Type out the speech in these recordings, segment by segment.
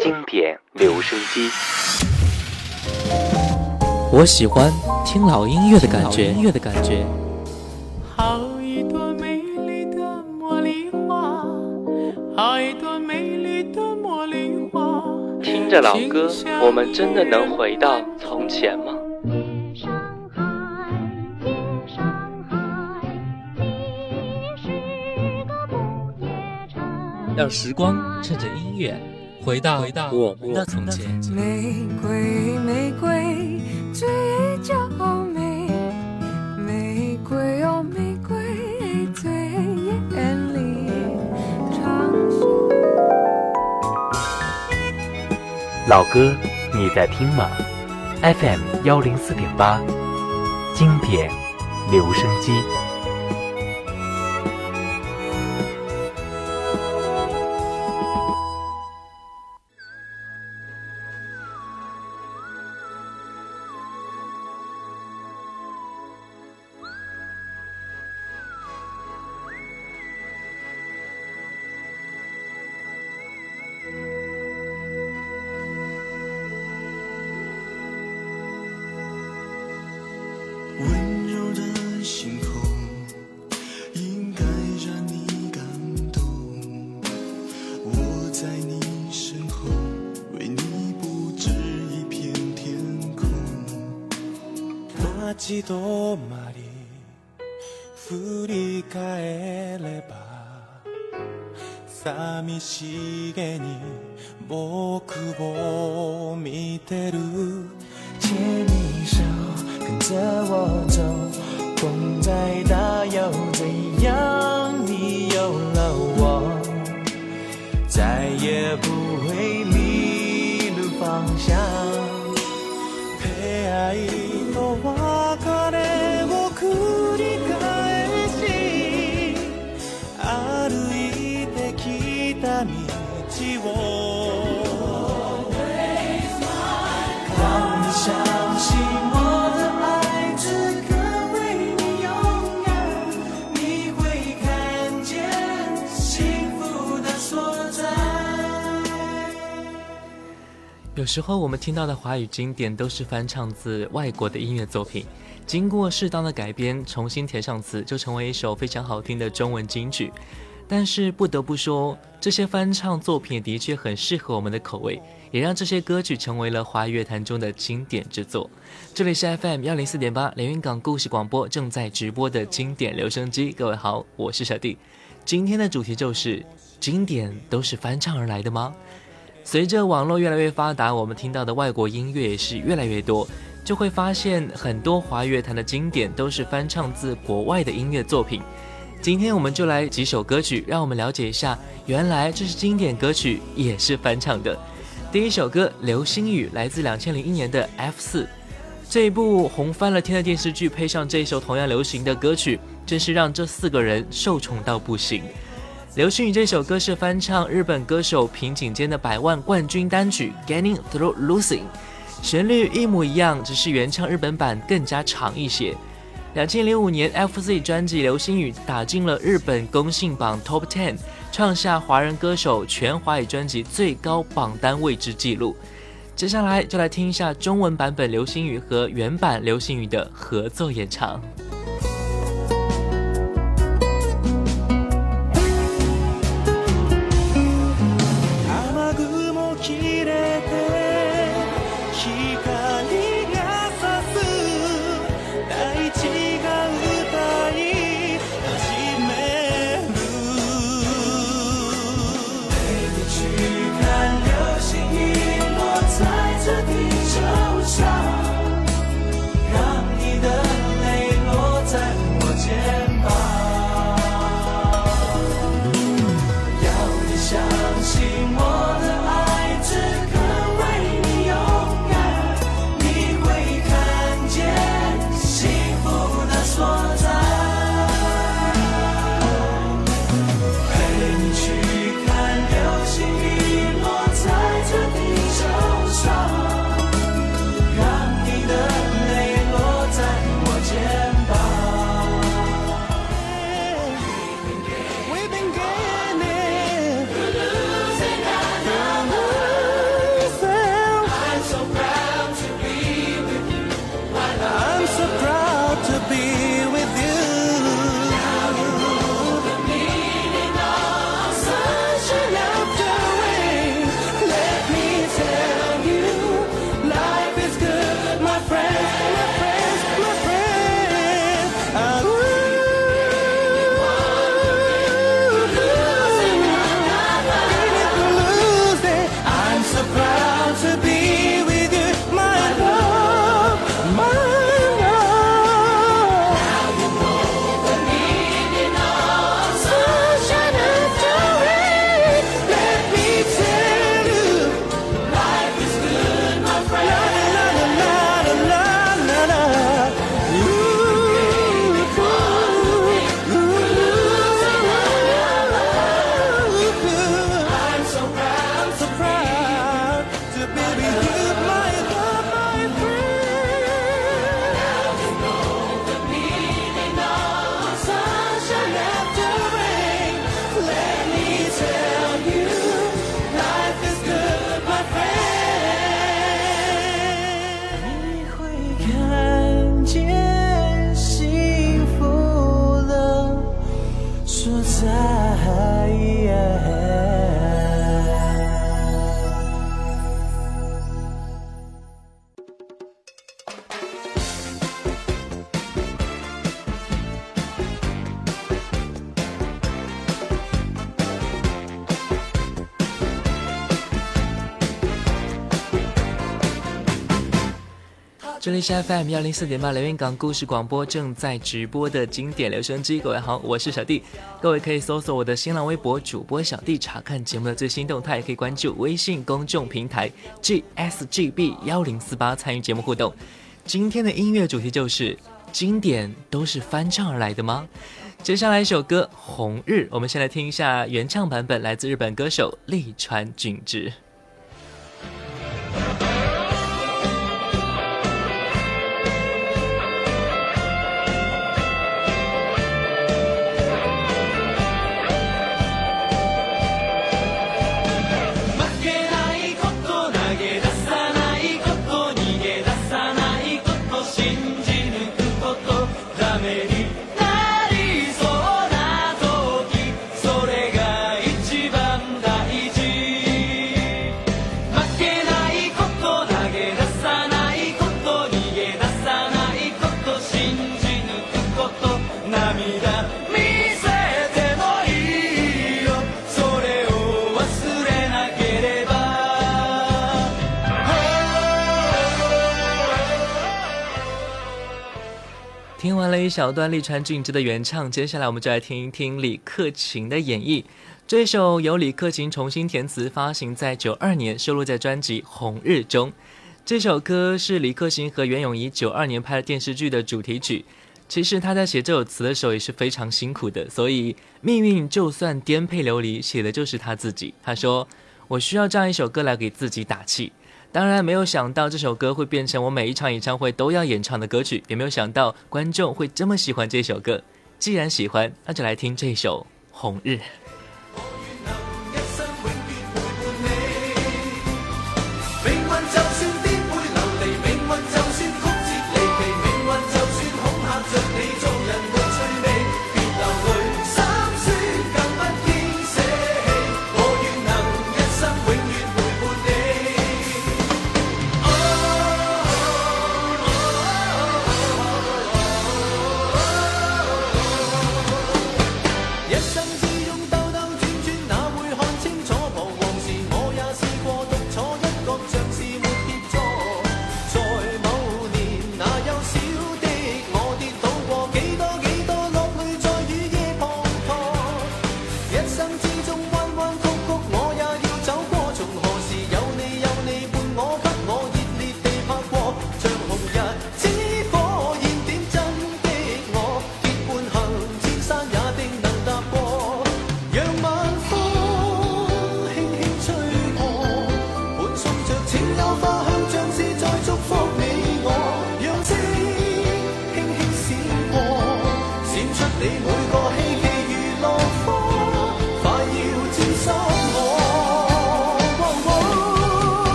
经典留声机。 我喜欢听老音乐的感觉。 好一朵美丽的茉莉花，好一朵美丽的茉莉花。 听着老歌，我们真的能回到从前吗？ 让时光趁着音乐回到我们的从前。 玫瑰玫瑰最娇美，玫瑰哦玫瑰最艳丽。 老歌你在听吗？ FM 104.8经典留声机。 温柔的星空应该让你感动，我在你身后为你布置一片天空。街止まり振り返れば寂しげに僕を見てる。牵你手跟着我走，风再大又怎样？你有了我，再也不会迷路方向。出会いと別れを繰り返し歩いてきた道を，让你相信我的爱此刻为你勇敢，你会看见幸福的所在。 有时候我们听到的华语经典都是翻唱自外国的音乐作品，经过适当的改编，重新填上词，就成为一首非常好听的中文金曲。但是不得不说，这些翻唱作品的确很适合我们的口味，也让这些歌曲成为了华语乐坛中的经典之作。这里是 FM 104.8连云港故事广播正在直播的经典留声机，各位好，我是小弟。今天的主题就是经典都是翻唱而来的吗？随着网络越来越发达，我们听到的外国音乐也是越来越多，就会发现很多华语乐坛的经典都是翻唱自国外的音乐作品。今天我们就来几首歌曲，让我们了解一下，原来这是经典歌曲也是翻唱的。第一首歌《流星雨》来自2001年的 F4， 这一部红翻了天的电视剧配上这一首同样流行的歌曲，真是让这4个人受宠到不行。流星雨这首歌是翻唱日本歌手平井坚的100万冠军单曲 Getting Through Losing， 旋律一模一样，只是原唱日本版更加长一些。2005年 F4 专辑《流星雨》打进了日本公信榜 Top 10， 创下华人歌手全华语专辑最高榜单位置纪录。接下来就来听一下中文版本《流星雨》和原版《流星雨》的合作演唱。 看流星雨落在这地球上。 这里是 FM104.8 连云港故事广播正在直播的经典留声机，各位好，我是小弟，各位可以搜索我的新浪微博主播小弟查看节目的最新动态，也可以关注微信公众平台 GSGB1048 参与节目互动。今天的音乐主题就是经典都是翻唱而来的吗？接下来一首歌《红日》，我们先来听一下原唱版本，来自日本歌手利川俊之。听完了一小段利川俊之的原唱，接下来我们就来听一听李克勤的演绎。这首由李克勤重新填词，发行在92年，收录在专辑《红日》中。这首歌是李克勤和袁咏仪92年拍的电视剧的主题曲。其实他在写这首词的时候也是非常辛苦的，所以命运就算颠沛流离，写的就是他自己。他说：“我需要这样一首歌来给自己打气。”当然没有想到这首歌会变成我每一场演唱会都要演唱的歌曲，也没有想到观众会这么喜欢这首歌。既然喜欢，那就来听这首《红日》。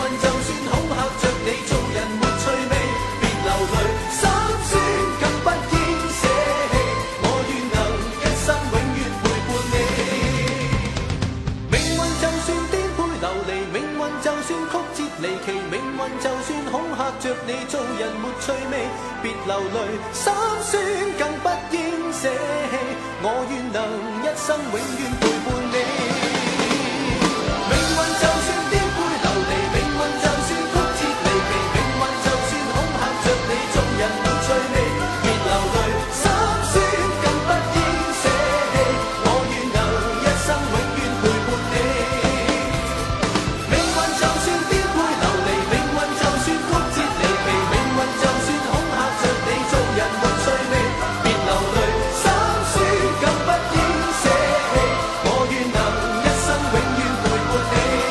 三酸更不着你做人沒趣味，別流淚，心酸更不應捨棄，我願能一生永遠陪伴你。命運就算顛沛流離，命運就算曲折離奇，命運就算恐嚇着你做人沒趣味，別流淚，心酸更不應捨棄，我願能一生永遠陪伴你。命運就算顛沛流離，命運就算曲折離奇，命運就算恐嚇着你做人沒趣味，別流淚，心酸更不應捨棄，我願能一生永遠陪伴你。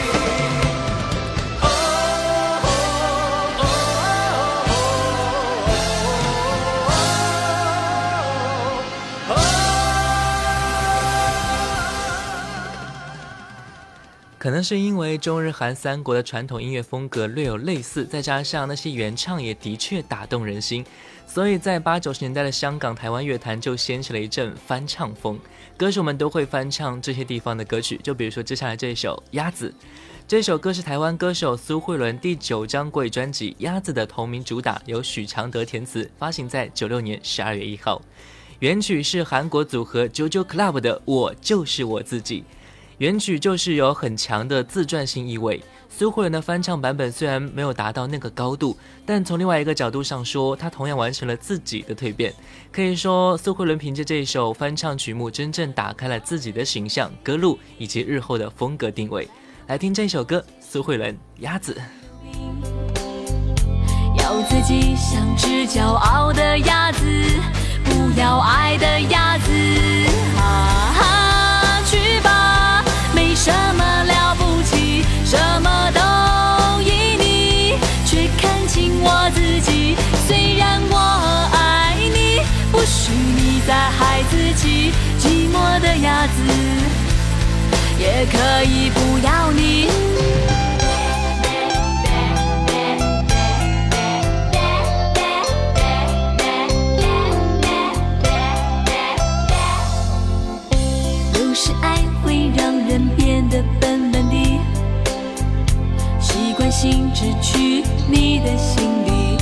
可能是因为中日韩三国的传统音乐风格略有类似，再加上那些原唱也的确打动人心，所以在80、90年代的香港、台湾乐坛就掀起了一阵翻唱风，歌手们都会翻唱这些地方的歌曲。就比如说接下来这一首《鸭子》，这首歌是台湾歌手苏慧伦第9张国语专辑《鸭子》的同名主打，由许常德填词，发行在96年12月1号。原曲是韩国组合 JoJo Club 的《我就是我自己》。原曲就是有很强的自传性意味，苏慧伦的翻唱版本虽然没有达到那个高度，但从另外一个角度上说，她同样完成了自己的蜕变。可以说，苏慧伦凭借这一首翻唱曲目，真正打开了自己的形象、歌路以及日后的风格定位。来听这首歌，苏慧伦《鸭子》。 要自己像只骄傲的鸭子，不要爱的鸭子，去吧，没什么了不起，什么都依你，却看清我自己。虽然我爱你，不许你再害自己，寂寞的鸭子也可以不要你。有时爱会让人变得笨笨的，习惯性只去你的心里，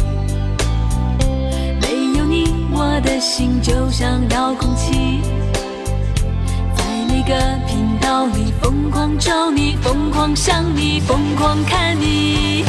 没有你我的心就像遥控器，在每个频道里疯狂找你，疯狂想你，疯狂看你，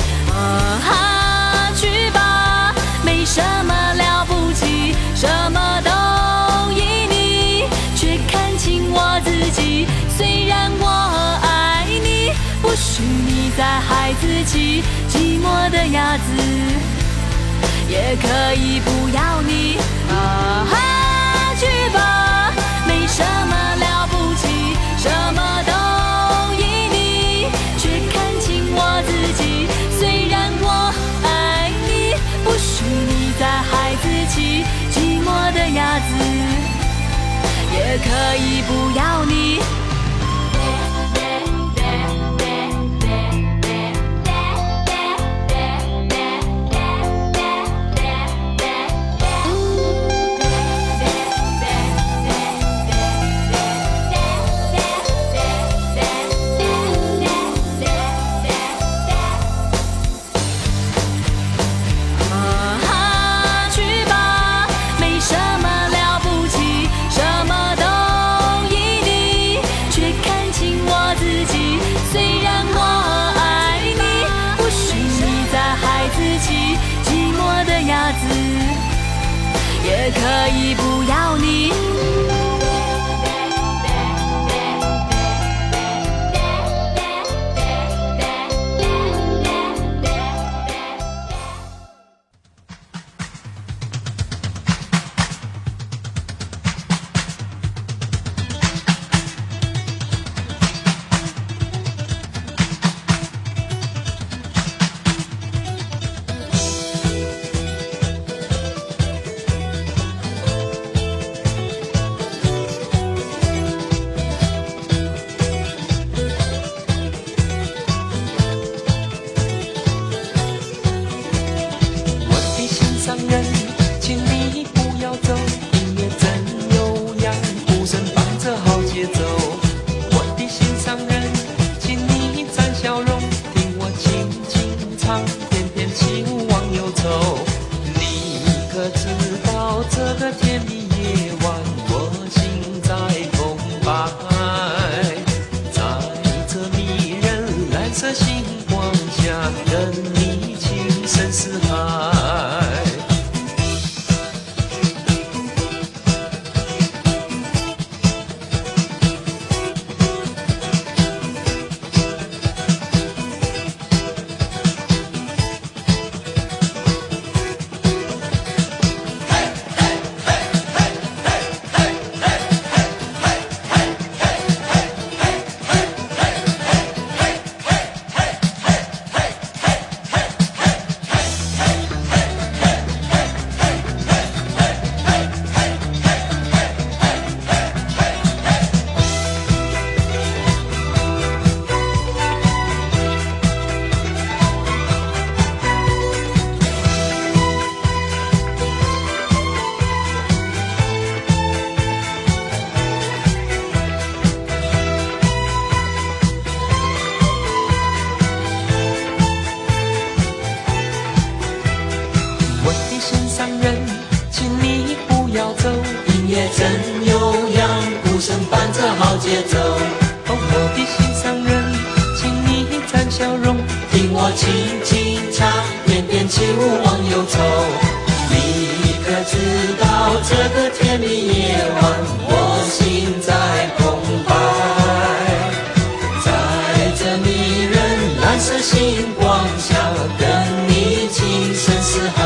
去吧，没什么了不起，什么都依你，却看清我自己。虽然我爱你，不许你再害自己，寂寞的鸭子也可以不要你，去吧，没什么了不起，什么都依你，却看清我自己。虽然我爱你，不许你再害自己，寂寞的鸭子也可以不要你。也可以不要你。 真悠扬，鼓声伴着好节奏。 哦，我的心上人，请你展笑容， 听我轻轻唱，翩翩起舞忘忧愁。你可知道这个甜蜜夜晚，我心在澎湃，在这迷人蓝色星光下，跟你情深似海。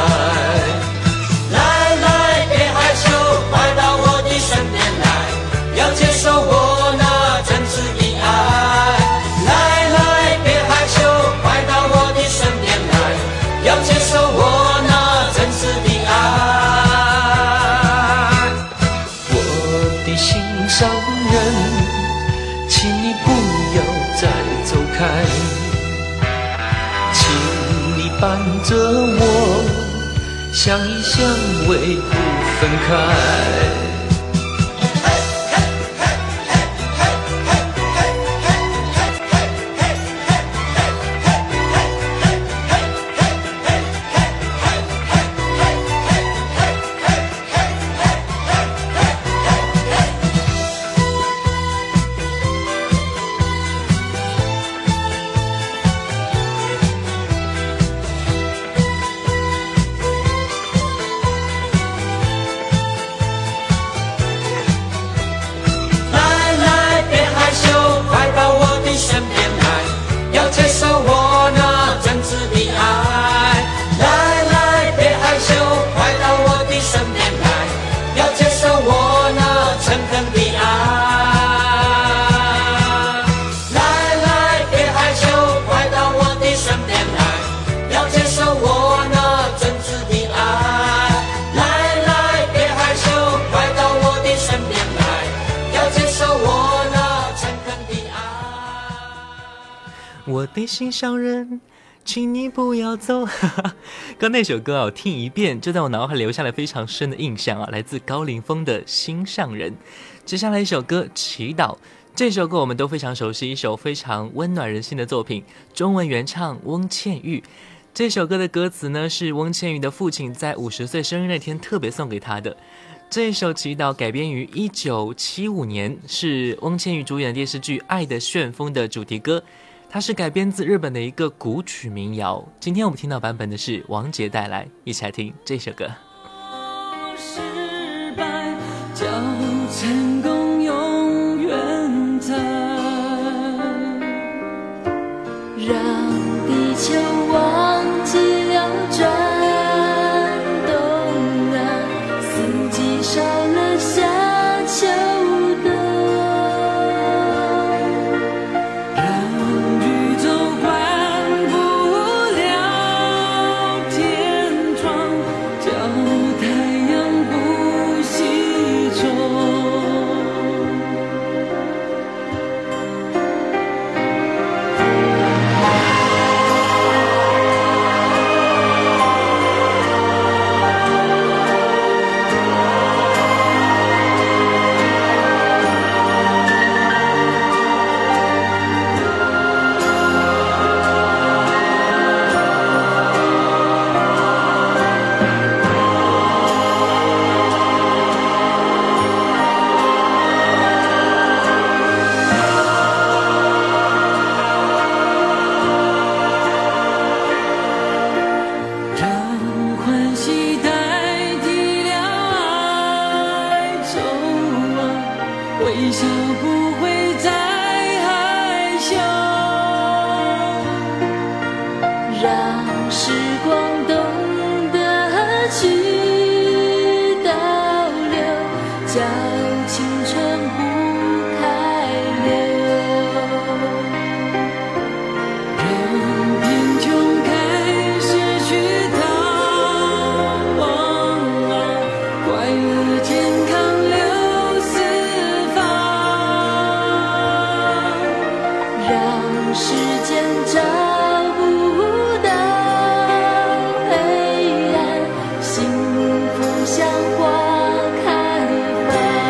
来来，别害羞，快到我的身边来，要接受我那真挚的爱。来来，别害羞，快到我的身边来，要接受我那真挚的爱。 我的心上人，请你不要再走开，请你伴着我，相依相偎不分开。 我的心上人，请你不要走。刚那首歌我听一遍，就在我脑海留下了非常深的印象来自高凌风的《心上人》。接下来一首歌《祈祷》，这首歌我们都非常熟悉，一首非常温暖人心的作品，中文原唱翁倩玉。这首歌的歌词呢，是翁倩玉的父亲在50岁生日那天特别送给她的。这首《祈祷》改编于1975年，是翁倩玉主演的电视剧《爱的旋风》的主题歌。它是改编自日本的一个古曲民谣，今天我们听到版本的是王杰带来，一起来听这首歌。 失败叫成功永远在，让地球忘记了转动啊，四季少了夏秋冬，微笑不会再害羞，让时光懂得去倒流，叫青春不开流，让贫穷开始去逃亡啊，快乐健康流四方，让时间找不到黑暗，幸福像花开放。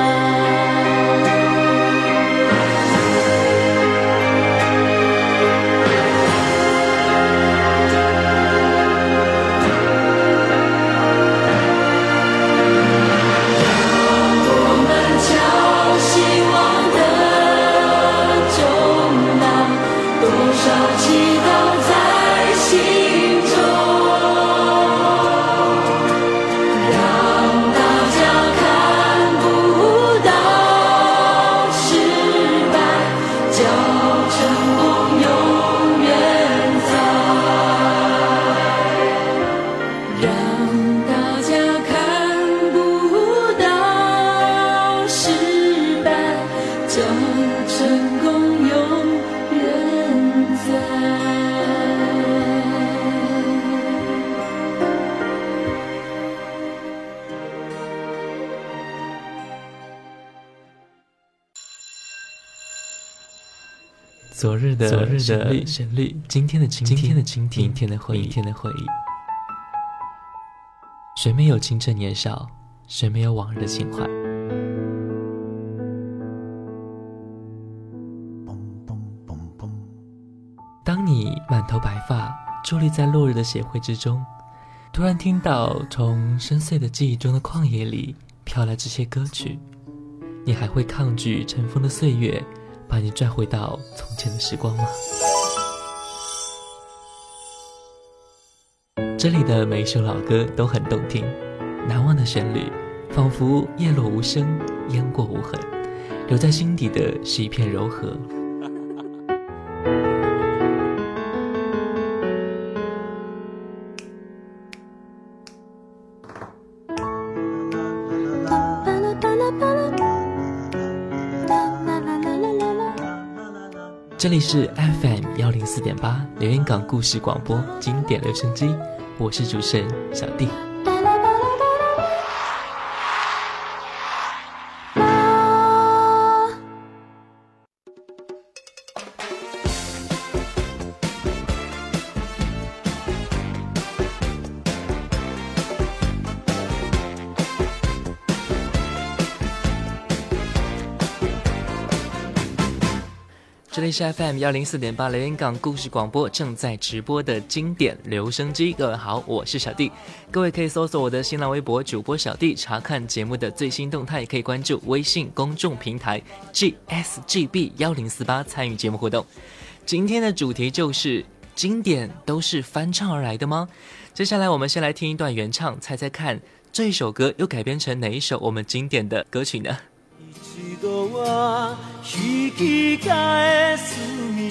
昨日的旋律，今天的今天，明天的回忆。谁没有青春年少？谁没有往日的情怀？当你满头白发，伫立在落日的血灰之中，突然听到从深邃的记忆中的旷野里飘来这些歌曲，你还会抗拒尘封的岁月把你拽回到从前的时光吗？这里的每一首老歌都很动听，难忘的旋律仿佛叶落无声，烟过无痕，留在心底的是一片柔和。这里是 FM104.8 连云港故事广播经典留声机，我是主持人小弟。这里是 FM104.8 连云港故事广播正在直播的经典留声机。各位好，我是小弟。各位可以搜索我的新浪微博主播小弟，查看节目的最新动态，也可以关注微信公众平台 GSGB1048 参与节目互动。今天的主题就是经典都是翻唱而来的吗？接下来我们先来听一段原唱，猜猜看这一首歌又改编成哪一首我们经典的歌曲呢？ 一度は引き返す道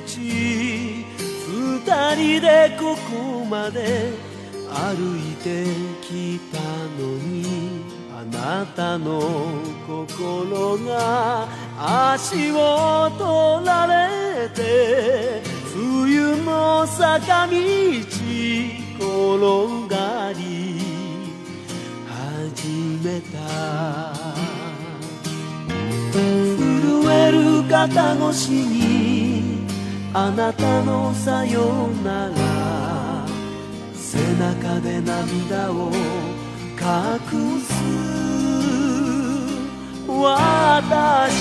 二人でここまで歩いてきたのにあなたの心が足を取られて冬の坂道転がり始めた震える肩越しにあなたのさよなら背中で涙を隠す私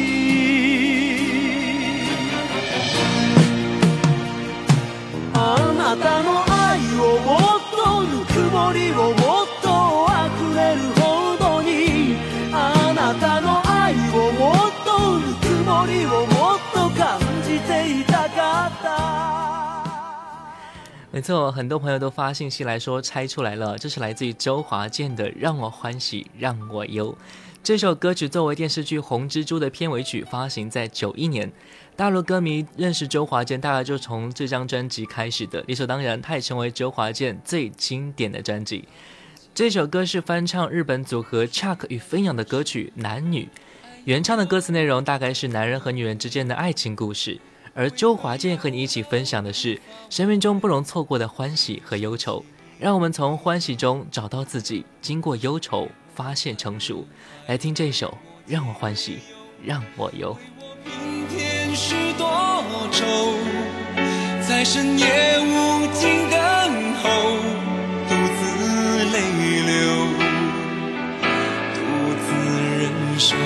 あなたの愛をもっとぬくもりをもっと溢れるほどにあなたの愛をもっとぬくもりをもっと感じていたかった没错，很多朋友都发信息来说猜出来了，这是来自于周华健的《让我欢喜让我忧》。这首歌曲作为电视剧《红蜘蛛》的片尾曲，发行在91年。大陆歌迷认识周华健大概就从这张专辑开始的，理所当然，它也成为周华健最经典的专辑。这首歌是翻唱日本组合 Chuck 与飞扬的歌曲《男女》，原唱的歌词内容大概是男人和女人之间的爱情故事，而周华健和你一起分享的是生命中不容错过的欢喜和忧愁，让我们从欢喜中找到自己，经过忧愁发现成熟。来听这首《让我欢喜让我忧》。 明天是多愁，在深夜无尽等候，独自泪流，独自忍受。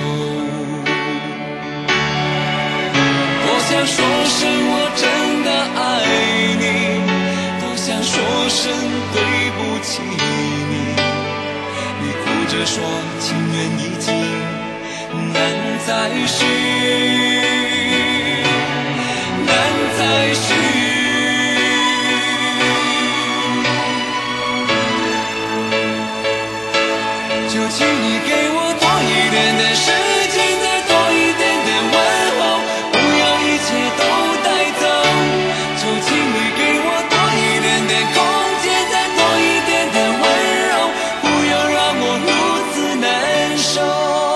多想说声我真的爱你，多想说声对不起你，你哭着说情缘已经难再续，难再续。就请你给我多一点的时间，再多一点点问候，不要一切都带走。就请你给我多一点点空间，再多一点点温柔，不要让我如此难受。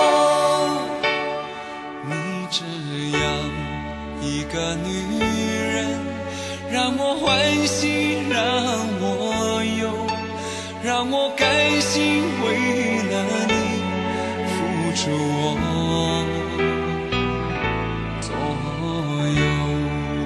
你这样一个女人，让我欢喜让我忧，让我甘心为了你付出我左右。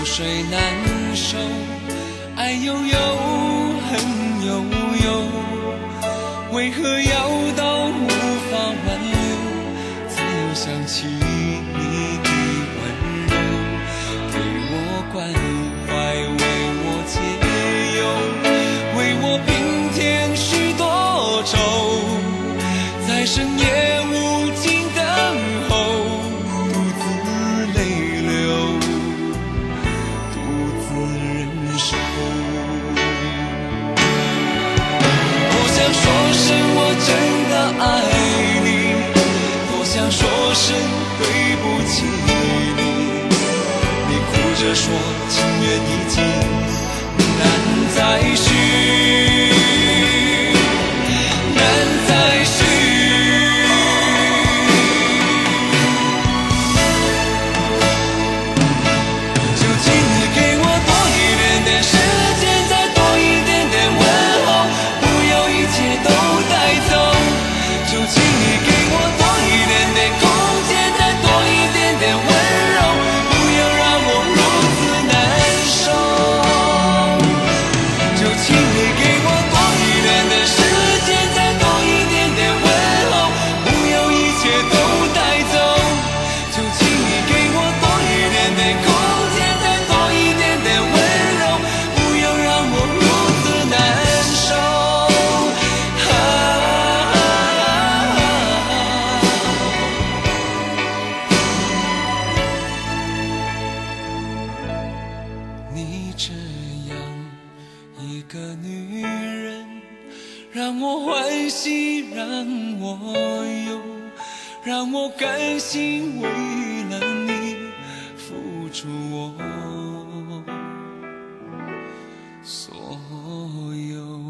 水难收，爱悠悠，恨悠悠，为何要到无法挽留，才又想起你的温柔，给我关怀，为我解忧，为我平添许多愁，在深夜无尽等候，独自泪流，独自忍受。多想说声我真的爱你，多想说声对不起你，你哭着说情缘已尽，难再续，难再续。就请你给我多一点点时间，再多一点点问候，不要一切都带走。就请你给我多一点点空间，再多一点点温柔，不要让我如此难受。就请你给我多一点点时间，再多一点点问候，不要一切都带走。就请你给我多一点点空间，再多一点点温柔，不要让我如此难受。你这样一个女人，让我欢喜，让我忧，让我甘心为了你付出我所有。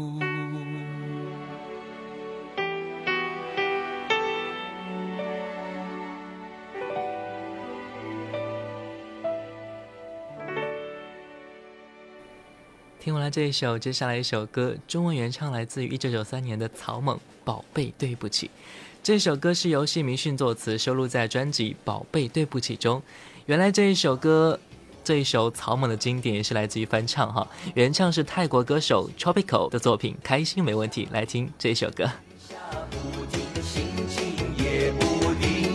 听完了这一首，接下来一首歌，中文原唱来自于1993年的草蜢《宝贝对不起》。这首歌是由谢明训作词，收录在专辑《宝贝对不起》中。原来这一首歌，这一首草蜢的经典也是来自于翻唱哈，原唱是泰国歌手 Tropical 的作品《开心没问题》。来听这首歌。 不停的心情也不定，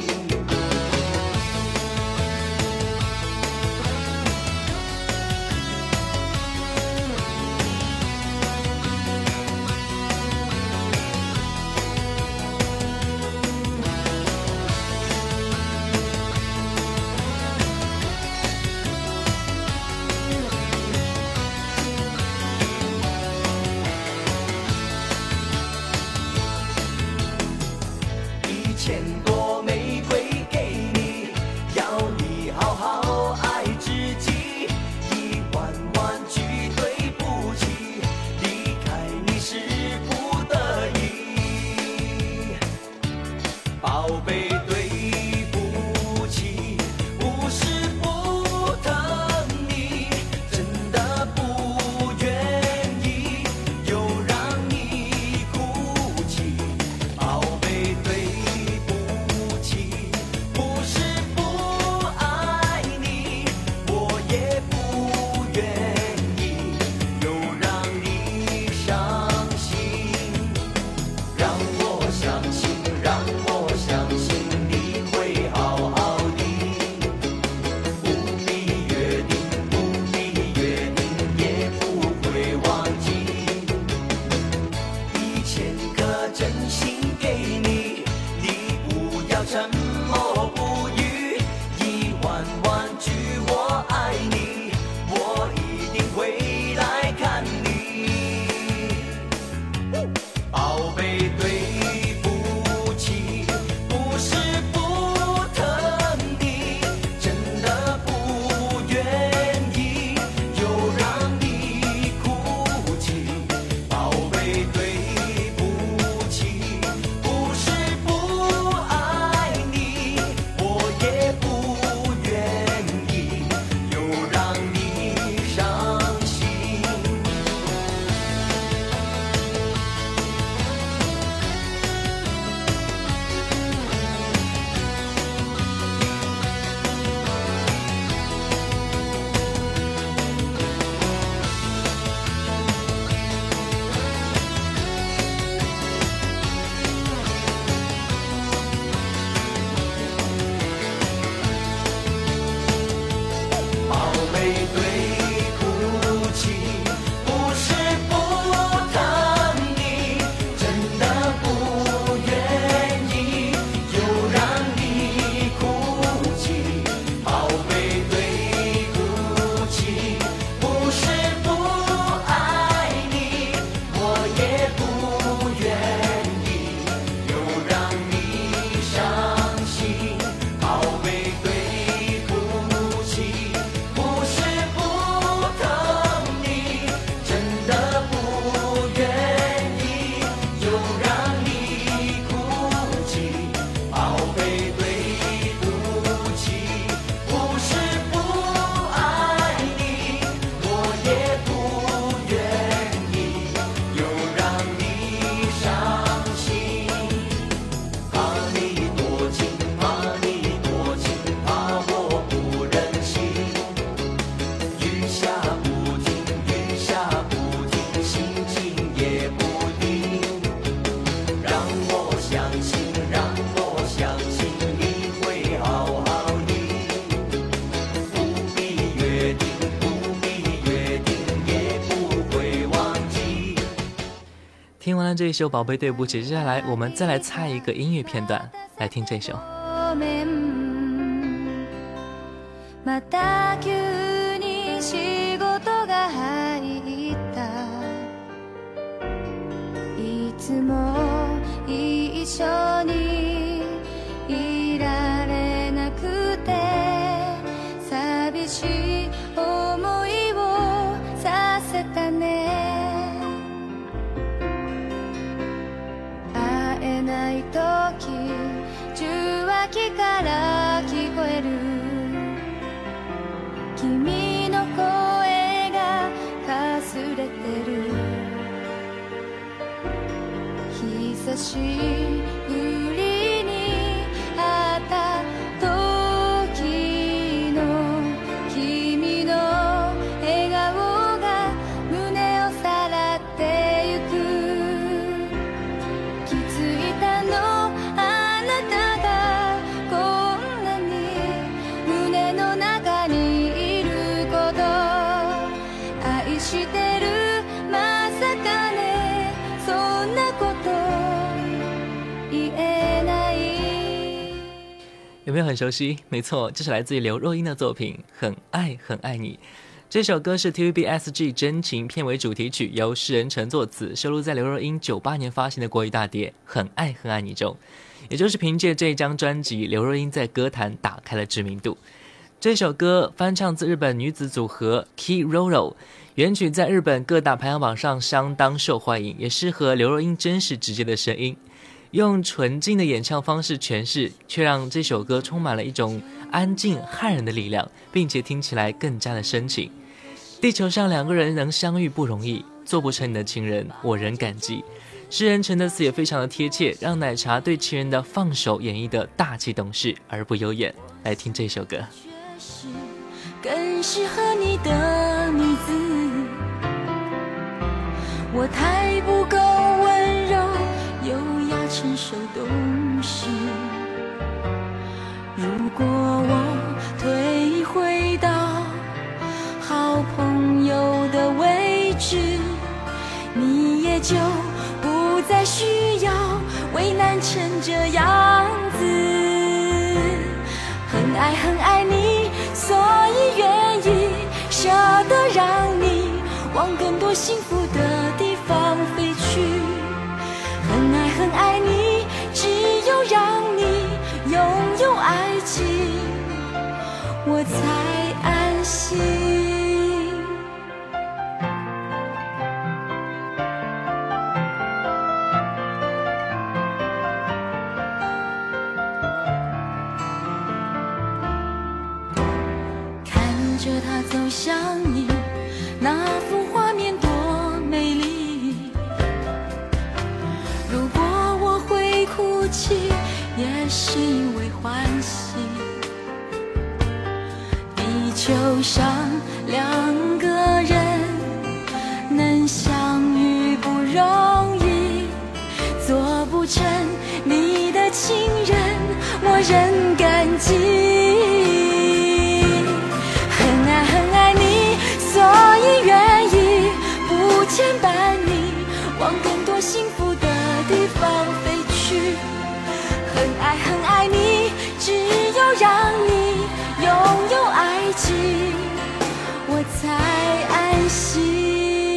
听完了这一首《宝贝对不起》，接下来我们再来猜一个音乐片段，来听这首。 また急に仕事が入ったいつも一緒にいられなくて寂しい思いをさせたね会えない時受話器から聞こえる君の声がかすれてる久しぶりに会った時の君の笑顔が胸をさらってゆく気づいたのあなたがこんなに胸の中にしてるまさかねそんなこと言えない有没有很熟悉？没错，这是来自于刘若英的作品《很爱很爱你》。这首歌是 TVBSG 真情片尾主题曲，由施人成作词，收录在刘若英98年发行的国语大碟《很爱很爱你》中。也就是凭借这一张专辑，刘若英在歌坛打开了知名度。这首歌翻唱自日本女子组合 Kiroro， 原曲在日本各大排行榜上相当受欢迎，也适合刘若英真实直接的声音。用纯净的演唱方式诠释，却让这首歌充满了一种安静撼人的力量，并且听起来更加的深情。地球上两个人能相遇不容易，做不成你的情人，我仍感激。施人成的词也非常的贴切，让奶茶对情人的放手演绎的大气懂事而不悠远。来听这首歌。 更适合你的女子，我太不够温柔优雅成熟懂事，如果我退回到好朋友的位置，你也就不再需要为难成这样子。很爱很爱你，所以愿意舍得让你往更多幸福的地方飞去。很爱很爱你，只有让你拥有爱情，我才安心。他走向你，那幅画面多美丽。如果我会哭泣，也是因为欢喜。地球上两个人能相遇不容易，做不成你的情人，我仍感激。很爱你，所以愿意不牵绊你往更多幸福的地方飞去。很爱很爱你，只有让你拥有爱情，我才安心。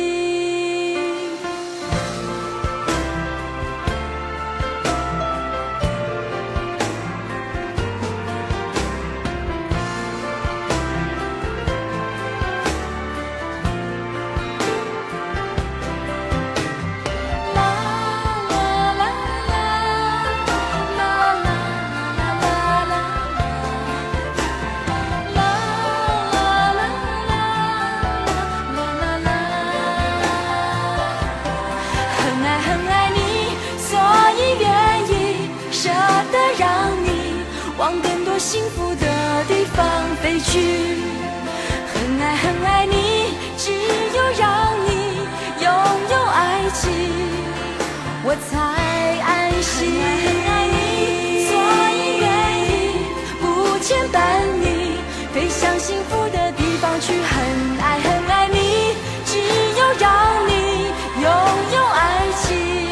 幸福的地方飞去，很爱很爱你，只有让你拥有爱情，我才安心。很爱你，所以愿意不牵绊你飞向幸福的地方去。很爱很爱你，只有让你拥有爱情。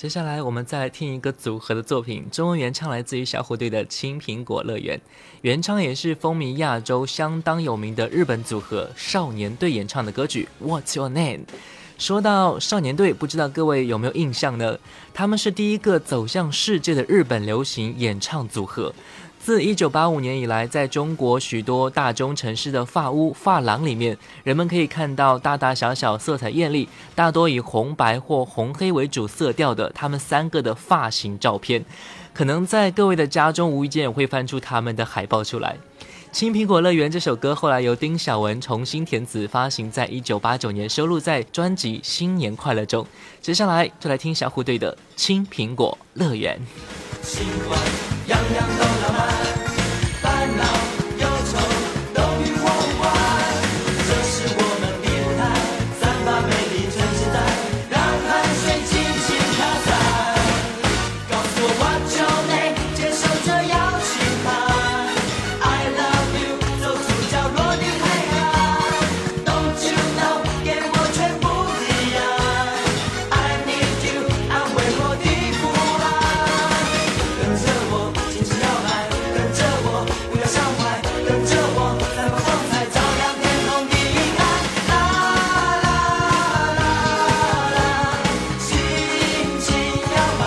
接下来我们再来听一个组合的作品，中文原唱来自于小虎队的《青苹果乐园》，原唱也是风靡亚洲相当有名的日本组合少年队演唱的歌曲 What's Your Name。 说到少年队，不知道各位有没有印象呢？他们是第一个走向世界的日本流行演唱组合。自1985年以来，在中国许多大中城市的发屋、发廊里面，人们可以看到大大小小、色彩艳丽、大多以红白或红黑为主色调的他们三个的发型照片。可能在各位的家中无意间也会翻出他们的海报出来。《青苹果乐园》这首歌后来由丁晓雯重新填词，发行在1989年，收录在专辑《新年快乐》中。接下来就来听小虎队的《青苹果乐园》。 情话样样都浪漫，烦恼忧愁都与我无关。这是我们的舞台，散发美丽趁现在，让汗水尽情飘散。告诉我 What's your name， 接受这邀请函。I love you， 走出角落的黑暗。Don't you know， 给我全部的爱。I need you， 安慰我的不安。跟着我尽情摇摆，跟着我不要伤怀，跟着我散发光彩，照亮天空的阴暗。啦啦啦啦，轻轻摇摆。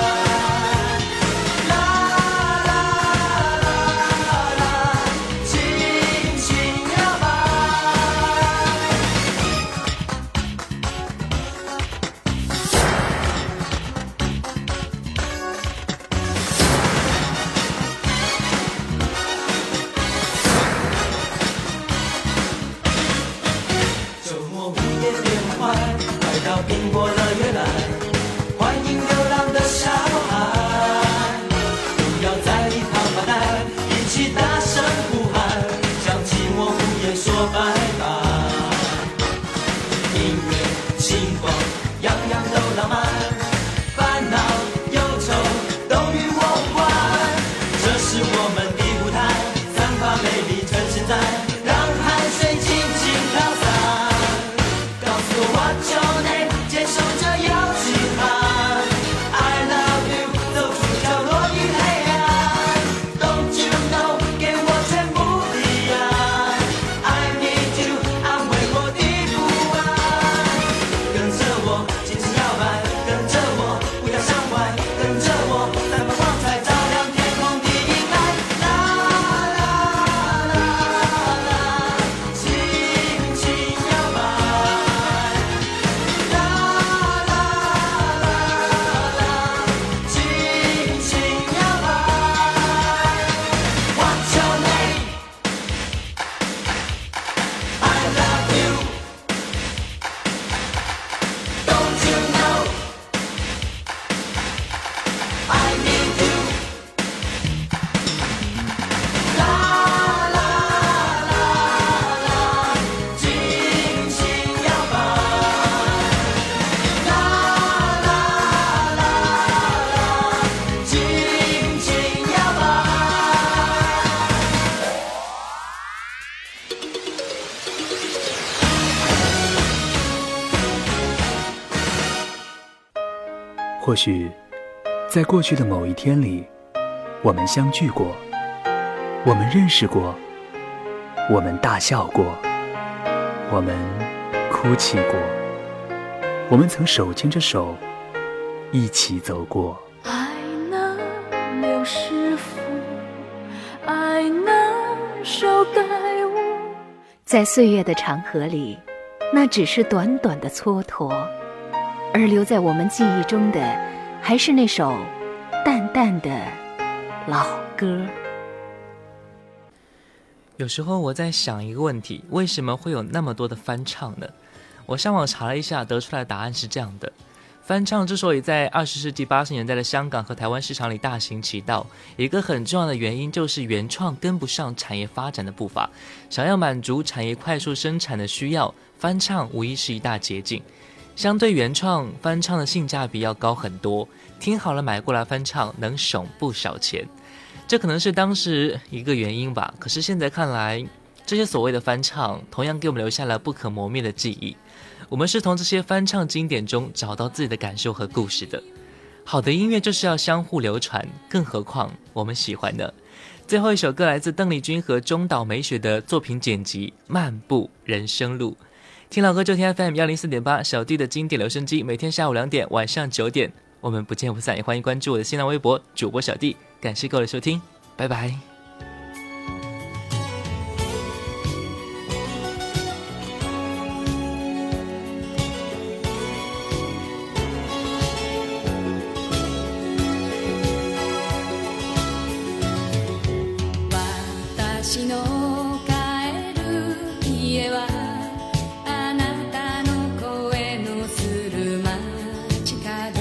啦啦啦啦，轻轻摇摆。周末午夜联欢，来到苹果乐园来，欢迎流浪的小孩，不要在里逃跑带，一起大声呼喊，向寂寞午夜说拜拜。音乐、星光，样样都浪漫，烦恼、忧愁都与我无关。这是我们的舞台，散发美丽趁现在，让汗水尽情飘散。告诉我 What's your name， 接受这邀请函。I love you， 走出角落的黑暗。Don't you know， 给我全部的爱。I need you， 安慰我的不安。跟着我尽情摇摆，跟着我不要伤怀，跟着我散发光彩，照亮天空的阴霾。啦啦啦啦，轻轻摇摆。啦啦啦啦，轻轻摇摆。What's your name？ I love you。Don't you know？ I need you。啦啦啦啦，轻轻摇摆。啦啦啦啦，轻轻摇摆。 或许，在过去的某一天里，我们相聚过，我们认识过，我们大笑过，我们哭泣过，我们曾手牵着手一起走过。 爱那刘师傅，爱那首改舞。 在岁月的长河里，那只是短短的蹉跎，而留在我们记忆中的，还是那首淡淡的老歌。 有时候我在想一个问题，为什么会有那么多的翻唱呢？我上网查了一下，得出来的答案是这样的：翻唱之所以在20世纪80年代的香港和台湾市场里大行其道，一个很重要的原因就是原创跟不上产业发展的步伐，想要满足产业快速生产的需要，翻唱无疑是一大捷径。相对原创，翻唱的性价比要高很多，听好了买过来翻唱能省不少钱。这可能是当时一个原因吧，可是现在看来，这些所谓的翻唱同样给我们留下了不可磨灭的记忆。我们是从这些翻唱经典中找到自己的感受和故事的。 好的音乐就是要相互流传，更何况我们喜欢的。最后一首歌来自邓丽君和中岛美雪的作品剪辑《漫步人生路》。听老歌就听 FM 104.8，小弟的经典留声机，每天下午2点，晚上9点，我们不见不散。也欢迎关注我的新浪微博主播小弟，感谢各位的收听，拜拜。 私の帰る家はあなたの声のする街角、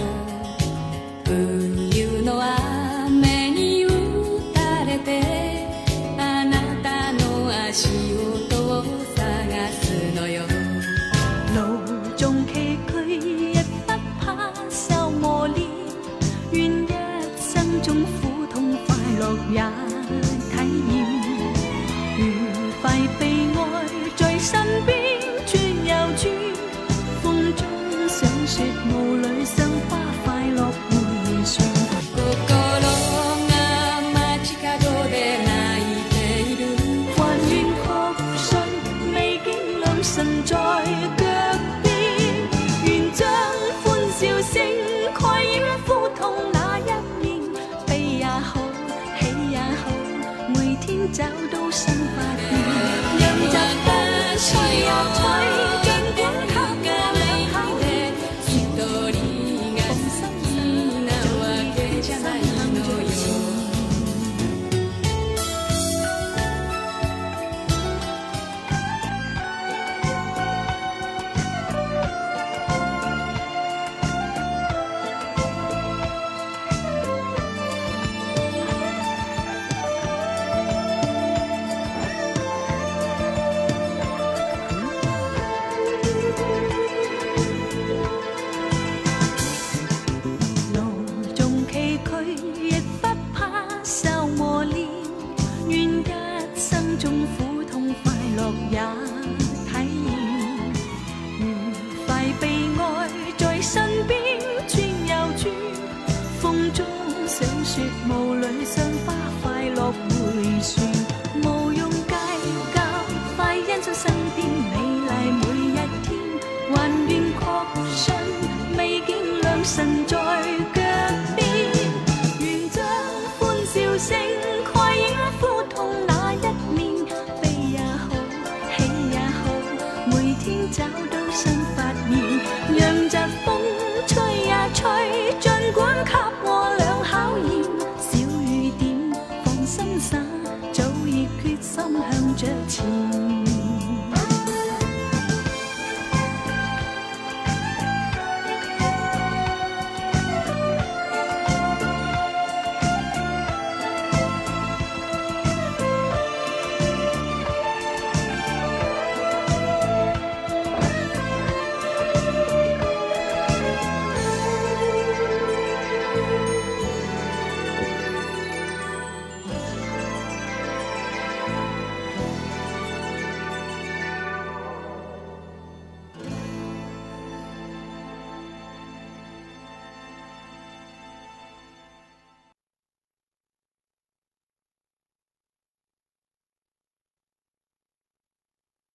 冬の雨に打たれてあなたの足音を探すのよ。 路縱崎嶇亦不怕受磨練，願一生中苦痛快樂也體驗。快被愛在身邊轉又轉，風中想說霧裏賞花快樂迴旋。 心が街角で泣いている， 還願確信美景良辰在腳邊，願將歡笑聲蓋掩苦痛那一面，悲也好喜也好，每天找到新發現。吹又吹，儘管給我兩口氣，一人が好きなわけじゃないのよ。 也體驗，愉快被愛在身邊轉又轉，風中想說霧裏賞花快樂迴旋，無用計較，快欣賞身邊美麗每一天，還願確信美景良辰在腳邊，願將歡笑聲蓋掩苦痛那一面，悲也好喜也好，每天找到新發現，讓疾風吹呀吹，儘管給我倆考驗，小雨點放心灑，早已決心向着前。